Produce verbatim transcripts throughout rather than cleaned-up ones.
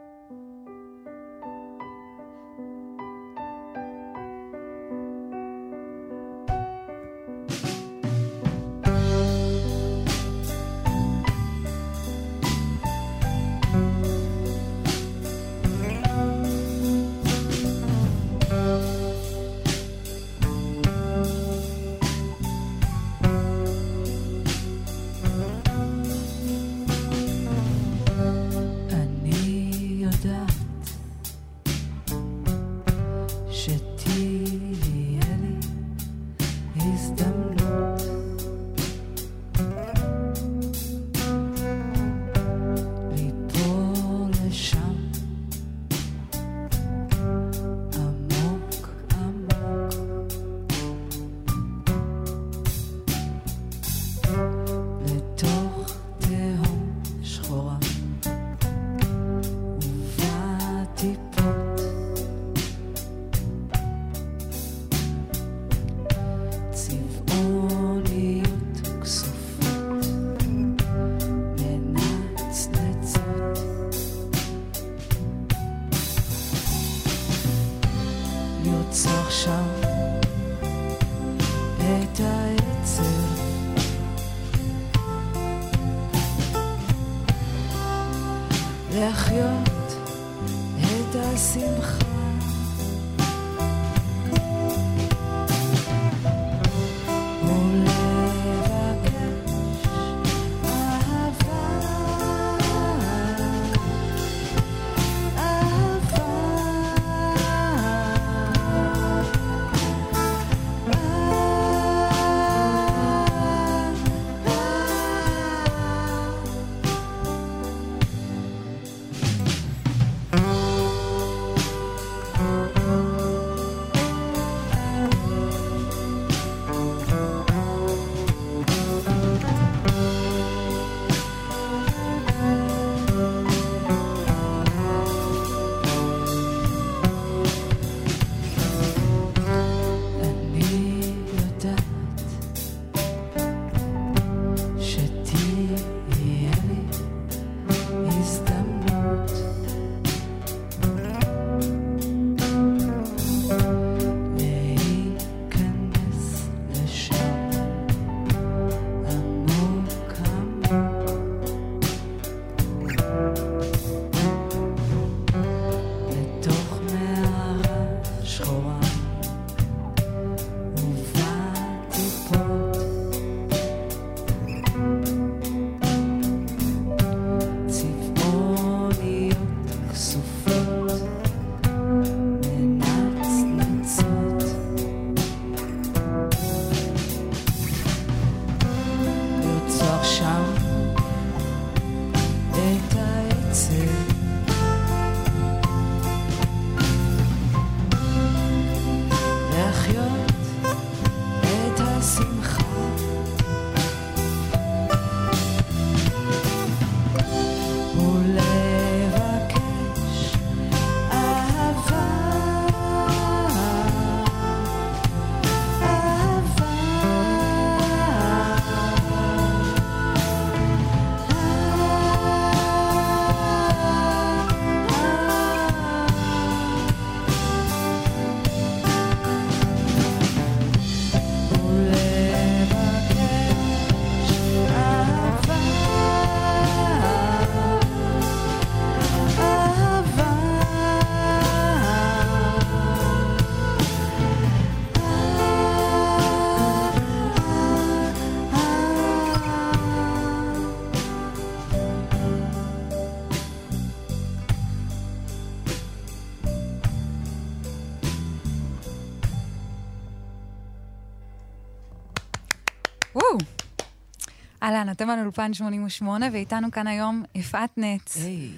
אהלן, אתם על אולפן שמונים ושמונה, ואיתנו כאן היום יפעת נץ,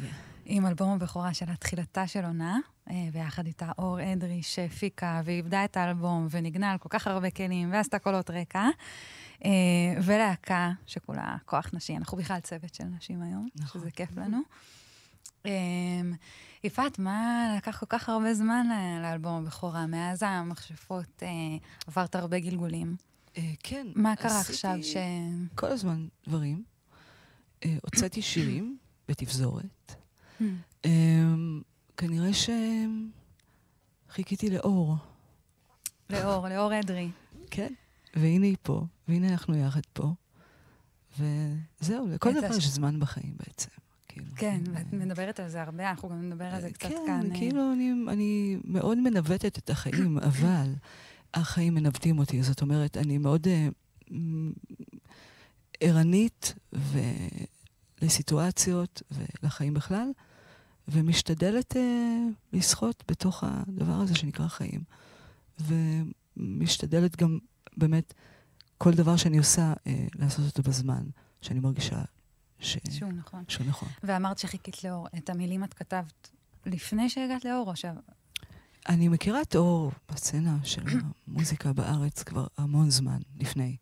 עם אלבום הבכורה של התחילתה של עונה, ויחד איתה אור אדרי שהפיקה והעבדה את האלבום, ונגנה על כל כך הרבה כלים, ועשתה קולות רקע, ולהקה שכולה כוח נשי. אנחנו בכלל צוות של נשים היום, שזה כיף לנו. יפעת, מה לקח כל כך הרבה זמן לאלבום הבכורה? מאז המכשפות עברת הרבה גלגולים. כן. מה קרה עכשיו ש... כל הזמן דברים. הוצאתי שירים בתפזורת. כנראה שחיכיתי לאור. לאור, לאור אדרי. כן, והנה היא פה, והנה אנחנו יחד פה, וזהו, לכל דבר יש זמן בחיים בעצם. כן, ואת מדברת על זה הרבה, אנחנו גם נדבר על זה קצת כאן. כן, כאילו אני מאוד מנווטת את החיים, אבל החיים מנווטים אותי, זאת אומרת, אני מאוד ערנית לסיטואציות ולחיים בכלל, ומשתדלת לשחות בתוך הדבר הזה שנקרא חיים. ומשתדלת גם באמת כל דבר שאני עושה, לעשות אותו בזמן, שאני מרגישה ש... שהוא נכון. שהוא נכון. ואמרת שחיכית לאור. את המילים את כתבת לפני שהגעת לאור, או ש... אני מכירה את אור בסצנה של המוזיקה בארץ כבר המון זמן לפני.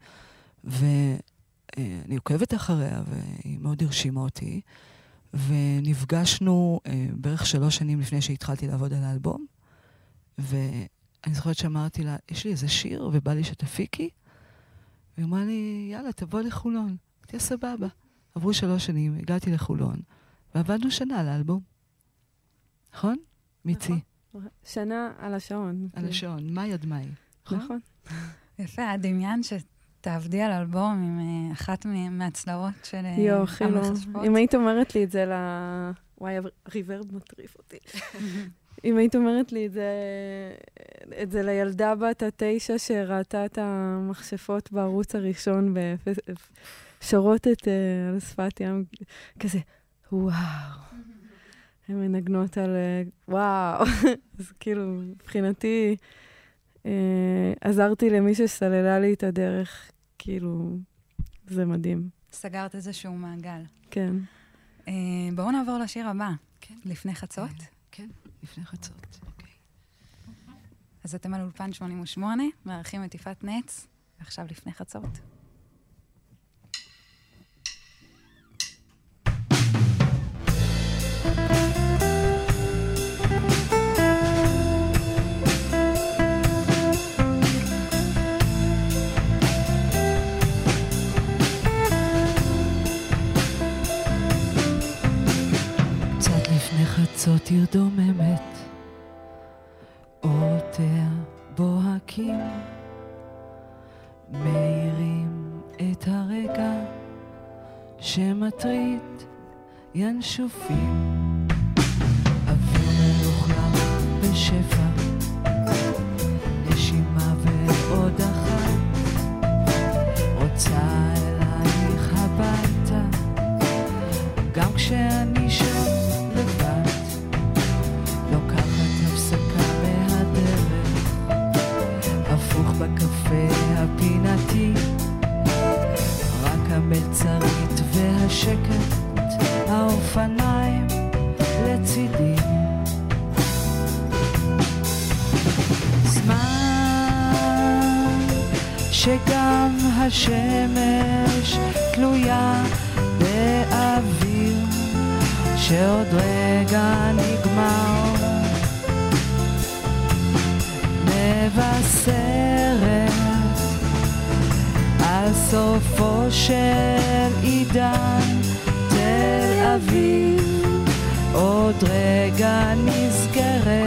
ואני עוקבת אחריה, והיא מאוד הרשימה אותי. ונפגשנו בערך שלוש שנים לפני שהתחלתי לעבוד על האלבום. ואני זוכרת שאמרתי לה, יש לי איזה שיר, ובא לי שתפיקי. והיא אמרה לי, יאללה, תבוא לחולון. תהיה סבבה. עברו שלוש שנים, הגעתי לחולון, ועבדנו שנה על האלבום. נכון? מיצי. נכון. שנה על השעון. על השעון, מאי עד מאי. נכון. יפה, הדמיין שתעבדי על אלבום עם אחת מהצלעות של המחשבות. יו, חילו. אם היית אומרת לי את זה ל... וואי, הריברב מטריף אותי. אם היית אומרת לי את זה, את זה לילדה בת התשע שראתה את המכשפות בערוץ הראשון בפס... שורותת uh, על שפת ים, כזה, וואו. הן מנגנות על, uh, וואו. אז כאילו, מבחינתי, uh, עזרתי למי שסללה לי את הדרך, כאילו, זה מדהים. סגרת איזשהו מעגל. כן. Uh, בואו נעבור לשיר הבא. כן. לפני חצות? כן, לפני חצות, אוקיי. אז אתם על אולפן שמונים ושמונה, מארחים את יפעת נץ, ועכשיו לפני חצות. חצות עיר דוממת, אורותיה בוהקים, מאירים את הרגע שמטריד ינשופים, אוויר מלוכלך בשפע, נשימה ועוד אחת, רוצה אלייך הביתה, גם כשאני שם לבד, לוקחת הפסקה מהדרך, הפוך בקפה הפינתי, רק המלצרית והשקט, האופניים לצידי. זמן שגם השמש תלויה באוויר, שעוד רגע נגמר, מבשרת על סופו של עידן, תל אביב עוד רגע נסגרת.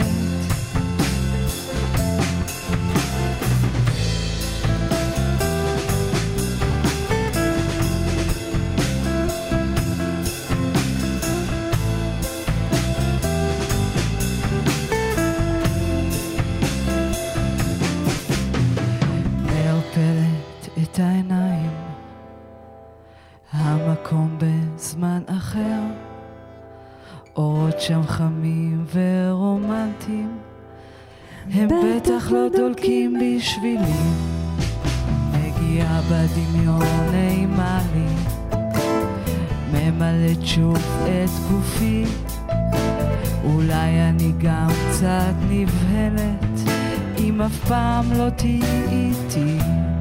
העיניים, המקום בזמן אחר, אורות שם חמים ורומנטיים, הם בטח לא דולקים בשבילי, מגיעה בדמיון נעימה לי, ממלאת שוב את גופי, אולי אני גם קצת נבהלת, אם אף פעם לא תהיי איתי.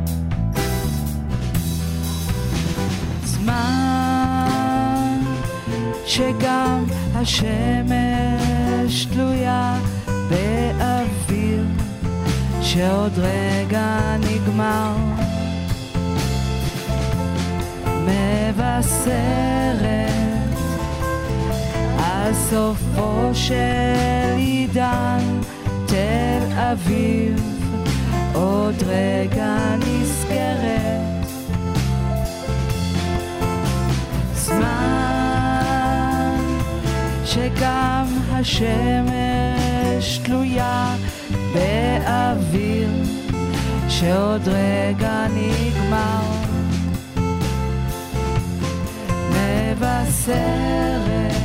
זמן שגם השמש תלויה באוויר, שעוד רגע נגמר, מבשרת על סופו של עידן תל אביב עוד רגע נזכרת זמן שגם השמש תלויה באוויר שעוד רגע נגמר מבשרת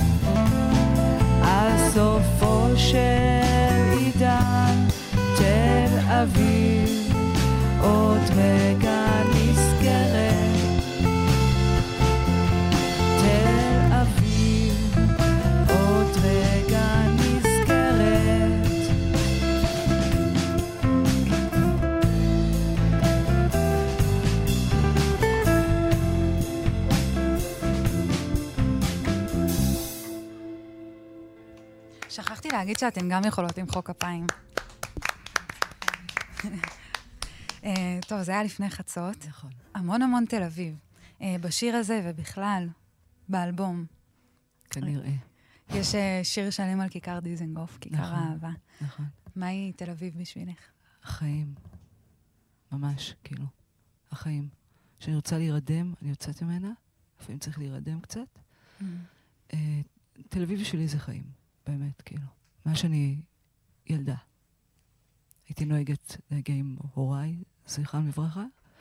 על סופו של עידן תל אביב עוד רגע נזכרת תל אביב עוד רגע נזכרת שכחתי להגיד שאתן גם יכולות למחוא כפיים. טוב, זה היה לפני חצות. נכון. המון המון תל אביב. בשיר הזה ובכלל, באלבום. כנראה. יש שיר שלם על כיכר דיזנגוף, כיכר האהבה. נכון. מהי תל אביב בשבילך? החיים. ממש, כאילו. החיים. כשאני רוצה להירדם, אני יוצאת ממנה. לפעמים צריך להירדם קצת. תל אביב בשבילי זה חיים. באמת, כאילו. מה שאני ילדה. הייתי נוהגת להגיע עם הוריי, זכרם לברכה.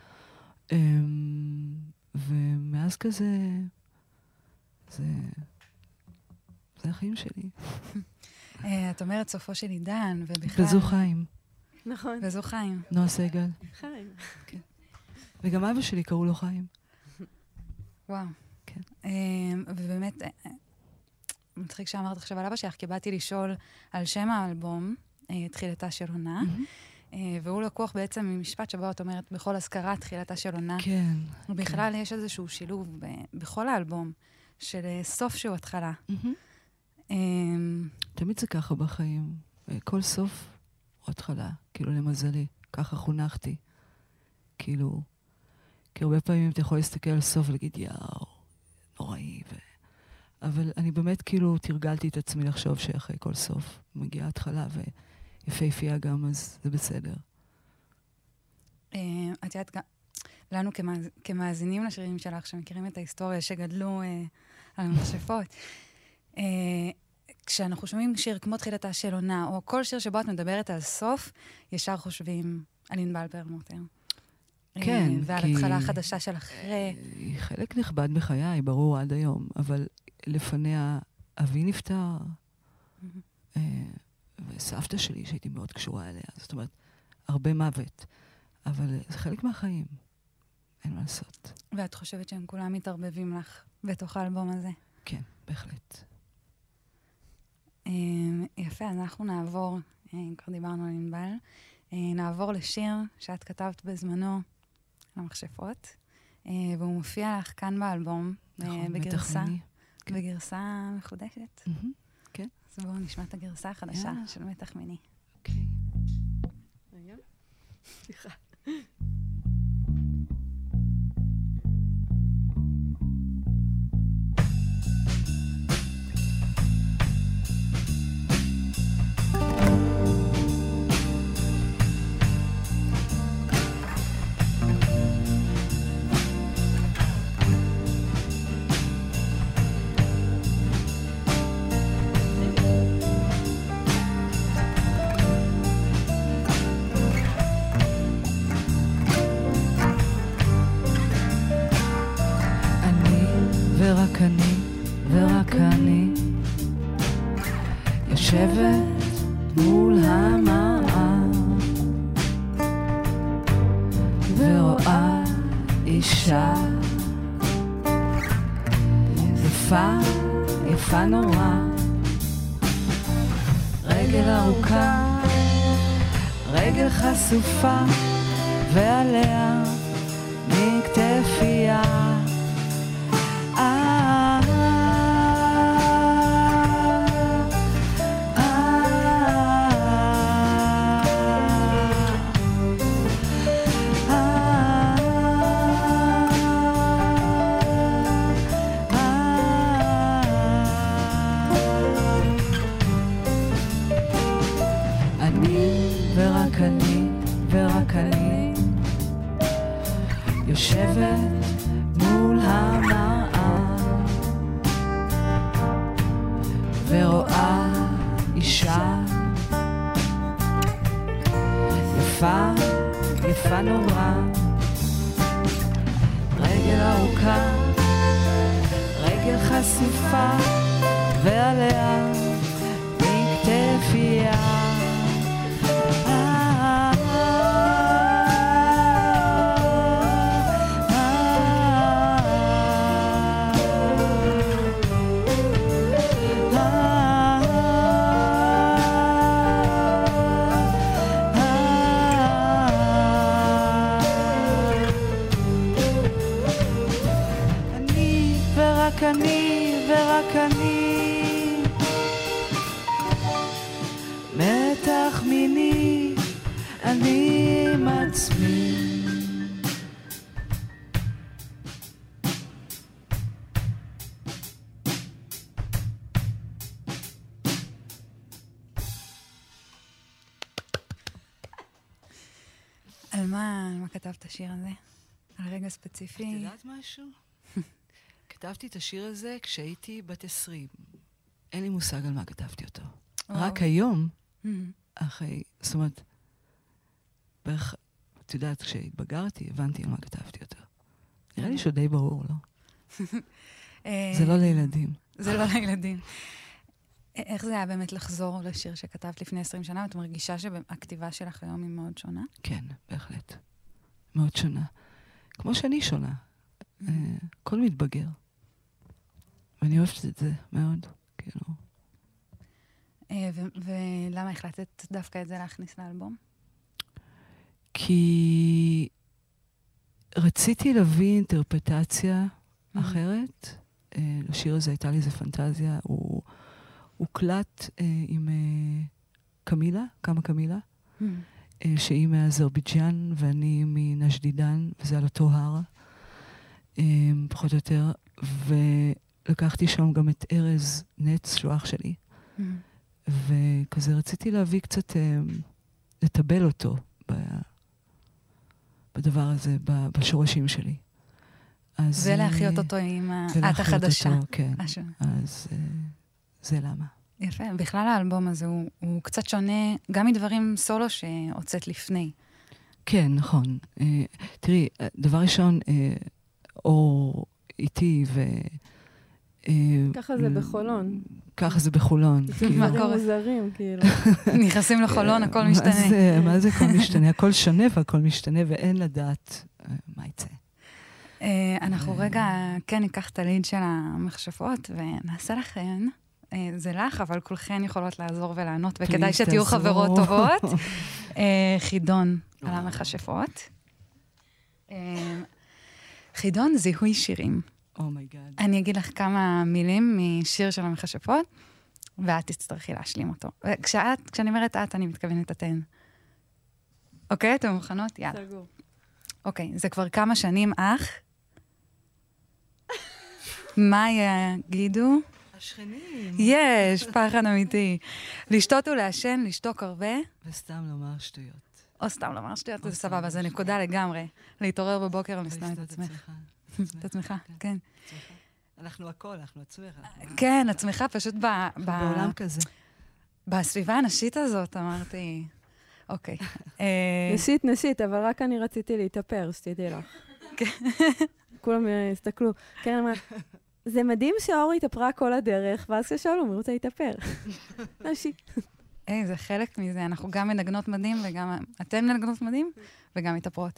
ומאז כזה, זה, זה החיים שלי. את אומרת סופו של עידן, ובכלל... וזו חיים. נכון. וזו חיים. נועה סגל. חיים. כן. וגם אבא שלי קראו לו חיים. וואו. כן. ובאמת... מצחיק שאמרת עכשיו על אבא שלך, כי באתי לשאול על שם האלבום, תחילתה של עונה, והוא לקוח בעצם ממשפט שבו את אומרת, בכל הזכרה תחילתה של עונה. כן. ובכלל יש איזשהו שילוב בכל האלבום, של סוף שהוא התחלה. תמיד זה ככה בחיים. כל סוף הוא התחלה, כאילו למזלי. ככה חונכתי. כאילו, כי הרבה פעמים אתה יכול להסתכל על סוף ולהגיד, יאו, נוראי ו... אבל אני באמת כאילו תרגלתי את עצמי לחשוב שאחרי כל סוף מגיעה התחלה ויפהפייה גם, אז זה בסדר. את יודעת, לנו כמאזינים לשירים שלך, שמכירים את ההיסטוריה, שגדלו על המכשפות, כשאנחנו שומעים שיר כמו תחילתה של עונה, או כל שיר שבו את מדברת על סוף, ישר חושבים על ענבל פרלמוטר. כן, ועל כי... התחלה החדשה של אחרי. היא חלק נכבד בחיי, ברור עד היום, אבל לפניה אבי נפטר, וסבתא שלי שהייתי מאוד קשורה אליה, זאת אומרת, הרבה מוות, אבל זה חלק מהחיים, אין מה לעשות. ואת חושבת שהם כולם מתערבבים לך בתוך האלבום הזה? כן, בהחלט. יפה, אז אנחנו נעבור, כבר דיברנו על ענבל, נעבור לשיר שאת כתבת בזמנו למכשפות, והוא מופיע לך כאן באלבום, בגרסה, בגרסה מחודשת. כן. אז בואו נשמע את הגרסה החדשה של מתח מיני. אוקיי. רגע. סליחה. ורק אני, ורק אני יושבת מול המראה ורואה אישה יפה, יפה נורא, רגל ארוכה, רגל חשופה ועליה מכתפייה נורא. רגל ארוכה, רגל חשופה, ועליה מכתפייה. אני ורק אני, מתח מיני, אני עם עצמי. על מה, על מה כתבת את השיר הזה? על רגע ספציפי? את יודעת משהו? כתבתי את השיר הזה כשהייתי בת עשרים. אין לי מושג על מה כתבתי אותו. רק היום, אחרי, זאת אומרת, בערך, את יודעת, כשהתבגרתי, הבנתי על מה כתבתי אותו. נראה לי שהוא די ברור, לא? זה לא לילדים. זה לא לילדים. איך זה היה באמת לחזור לשיר שכתבת לפני עשרים שנה? את מרגישה שהכתיבה שלך היום היא מאוד שונה? כן, בהחלט. מאוד שונה. כמו שאני שונה. הכל מתבגר. ואני אוהבת את זה מאוד, כאילו. ולמה החלטת דווקא את זה להכניס לאלבום? כי רציתי להביא אינטרפטציה אחרת. לשיר הזה הייתה לי איזו פנטזיה. הוא הוקלט עם קמילה, כמה קמילה, שהיא מאזרבייג'אן ואני מנג'דידן, וזה על אותו הר, פחות או יותר. ולקחתי שם גם את ארז נץ, שהוא אח שלי. וכזה רציתי להביא קצת, לטבל אותו בדבר הזה, בשורשים שלי. ולהחיות אותו עם את החדשה. ולהחיות אותו, כן. אז זה למה. יפה. בכלל האלבום הזה הוא, הוא קצת שונה, גם מדברים סולו שהוצאת לפני. כן, נכון. תראי, דבר ראשון, אור איתי ו... ככה זה בחולון. ככה זה בחולון. מה קורה? מוזרים, כאילו. נכנסים לחולון, הכל משתנה. מה זה הכל משתנה? הכל שונה והכל משתנה, ואין לדעת מה יצא. אנחנו רגע, כן, ניקח את הליד של המכשפות, ונעשה לכן, זה לך, אבל כולכן יכולות לעזור ולענות, וכדאי שתהיו חברות טובות. חידון על המכשפות. חידון זיהוי שירים. אומייגאד. אני אגיד לך כמה מילים משיר של המכשפות, ואת תצטרכי להשלים אותו. כשאת, כשאני אומרת את, אני מתכוונת אתן. אוקיי, אתן מוכנות? יאללה. סגור. אוקיי, זה כבר כמה שנים אח. מה יגידו? השכנים. יש, פחד אמיתי. לשתות ולעשן, לשתוק הרבה. וסתם לומר שטויות. או סתם לומר שטויות, זה סבבה, זה נקודה לגמרי. להתעורר בבוקר ולסתום את עצמך. את עצמך, כן. אנחנו הכל, אנחנו עצמך. כן, עצמך פשוט בעולם כזה. בסביבה הנשית הזאת, אמרתי, אוקיי. נשית, נשית, אבל רק אני רציתי להתאפר, שתדעי לך. כולם הסתכלו. כן, אמרה, זה מדהים שאור התאפרה כל הדרך, ואז כששאלו, מי רוצה להתאפר? נשית. היי, זה חלק מזה. אנחנו גם מנגנות מדהים, וגם אתן מנגנות מדהים, וגם מתאפרות.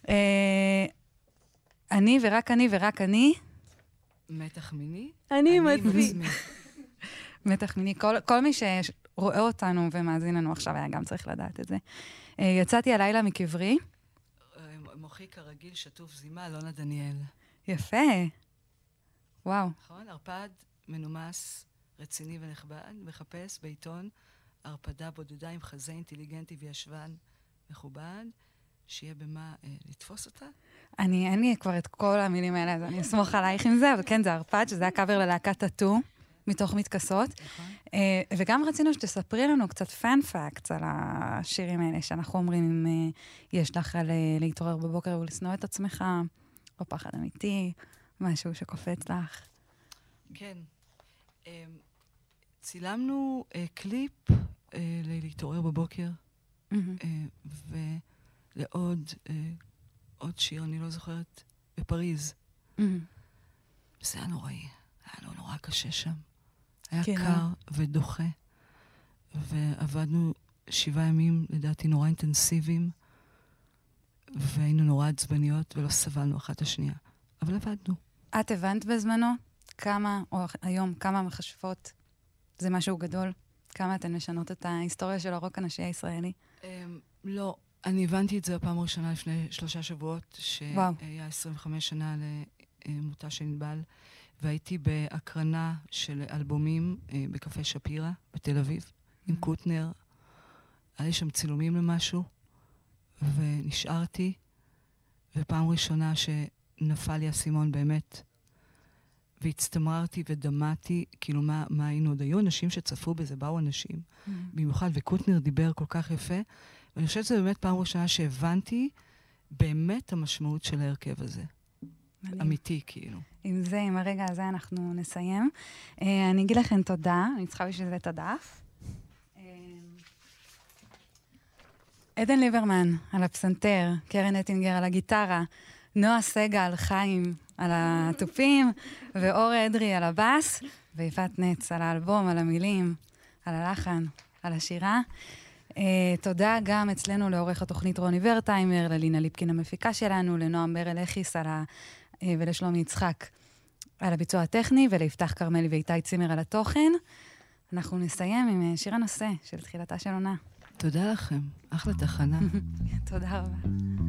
אני ורק אני ורק אני. מתח מיני? אני עם עצמי. מתח מיני. כל, כל מי שרואה אותנו ומאזין לנו עכשיו היה גם צריך לדעת את זה. יצאתי הלילה מקברי. מוחי כרגיל שטוף זימה, אלונה דניאל. יפה. וואו. נכון, ערפד מנומס, רציני ונכבד, מחפש בעיתון ערפדה בודדה עם חזה אינטליגנטי וישבן מכובד. שיהיה במה אה, לתפוס אותה? אני, אין לי כבר את כל המילים האלה, אז אני אסמוך עלייך עם זה, אבל כן, זה ערפד, שזה הקאבר ללהקת טאטו, מתוך מתכסות. נכון. אה, וגם רצינו שתספרי לנו קצת פאנפאקטס על השירים האלה, שאנחנו אומרים, אם אה, יש לך על אה, להתעורר בבוקר ולשנוא את עצמך, או פחד אמיתי, משהו שקופץ לך. כן. אה, צילמנו אה, קליפ אה, להתעורר בבוקר, mm-hmm. אה, ו... לעוד אה, עוד שיר, אני לא זוכרת, בפריז. Mm-hmm. זה היה נוראי, היה לו נורא קשה שם. היה כן, קר אה? ודוחה, ועבדנו שבעה ימים, לדעתי, נורא אינטנסיביים, והיינו נורא עצבניות, ולא סבלנו אחת השנייה. אבל עבדנו. את הבנת בזמנו כמה, או היום, כמה מחשבות, זה משהו גדול? כמה אתן משנות את ההיסטוריה של הרוק הנשי הישראלי? לא, אני הבנתי את זה הפעם הראשונה לפני שלושה שבועות, שהיה עשרים וחמש שנה למותה של ענבל, והייתי בהקרנה של אלבומים בקפה שפירא, בתל אביב, עם קוטנר. היה לי שם צילומים למשהו, ונשארתי, ופעם ראשונה שנפל לי הסימון באמת, והצטמררתי ודמעתי, כאילו מה, מה היינו עוד? היו אנשים שצפו בזה, באו אנשים, mm-hmm. במיוחד, וקוטנר דיבר כל כך יפה, ואני חושבת שזה באמת פעם ראשונה שהבנתי באמת המשמעות של ההרכב הזה. מדהים. אמיתי, כאילו. עם זה, עם הרגע הזה אנחנו נסיים. Uh, אני אגיד לכם תודה, אני צריכה בשביל זה את הדף. Uh, עדן ליברמן על הפסנתר, קרן אטינגר על הגיטרה, נועה סגל, חיים על הטופים, ואור אדרי על הבאס, ויפעת נץ על האלבום, על המילים, על הלחן, על השירה. Uh, תודה גם אצלנו לעורך התוכנית רוני ורטיימר, ללינה ליפקין המפיקה שלנו, לנועם ברל אחיס על ה... uh, ולשלומי יצחק על הביצוע הטכני, וליפתח קרמלי ואיתי צימר על התוכן. אנחנו נסיים עם uh, שיר הנושא של תחילתה של עונה. תודה לכם, אחלה תחנה. תודה רבה.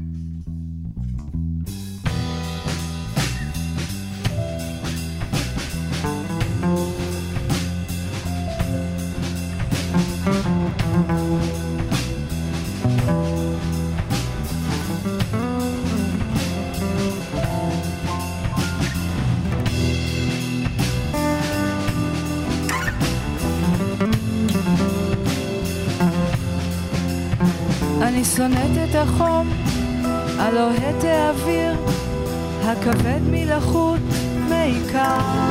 אני שונאת את החום, הלוהט האוויר, הכבד מלחות מעיקר,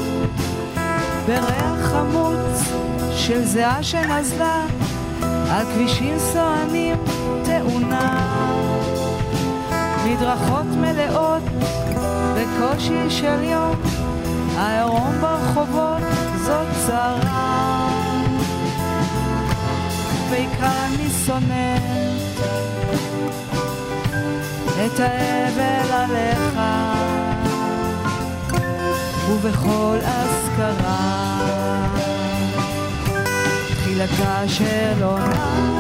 בריח חמוץ של זיעה שנזלה, על כבישים סוענים תאונה, מדרכות מלאות בקושי של יום, העירום ברחובות זאת צרה, בעיקר אני שונאת את האבל עליך, ובכל אזכרה תחילתה של עונה.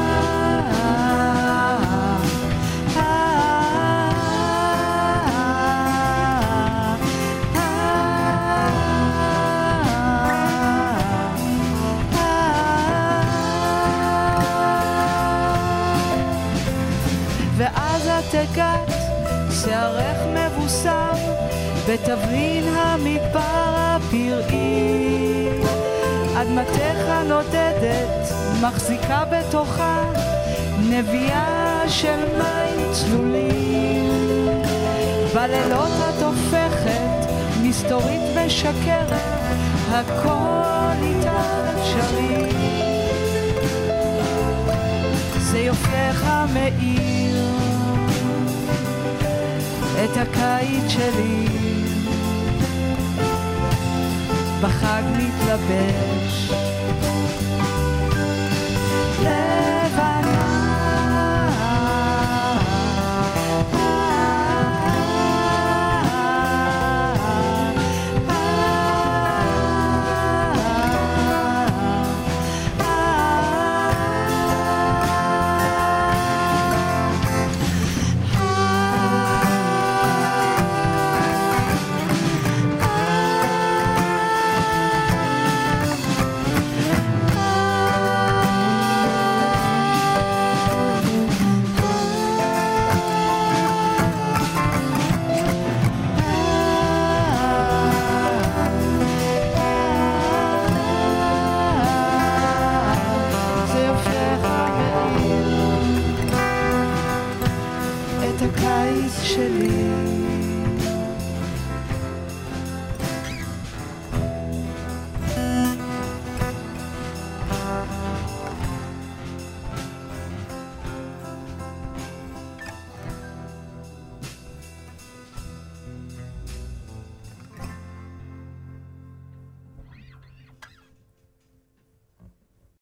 הגעת, שערך מבוסם בתבלין המדבר הפראי, אדמתך נודדת מחזיקה בתוכה נביאה של מים צלולים, בלילות את הופכת מסתורית משקרת, הכל איתה אפשרי, זה יופייך מאיר את הקיץ שלי, בחג מתלבש לבנה, את הקיץ שלי.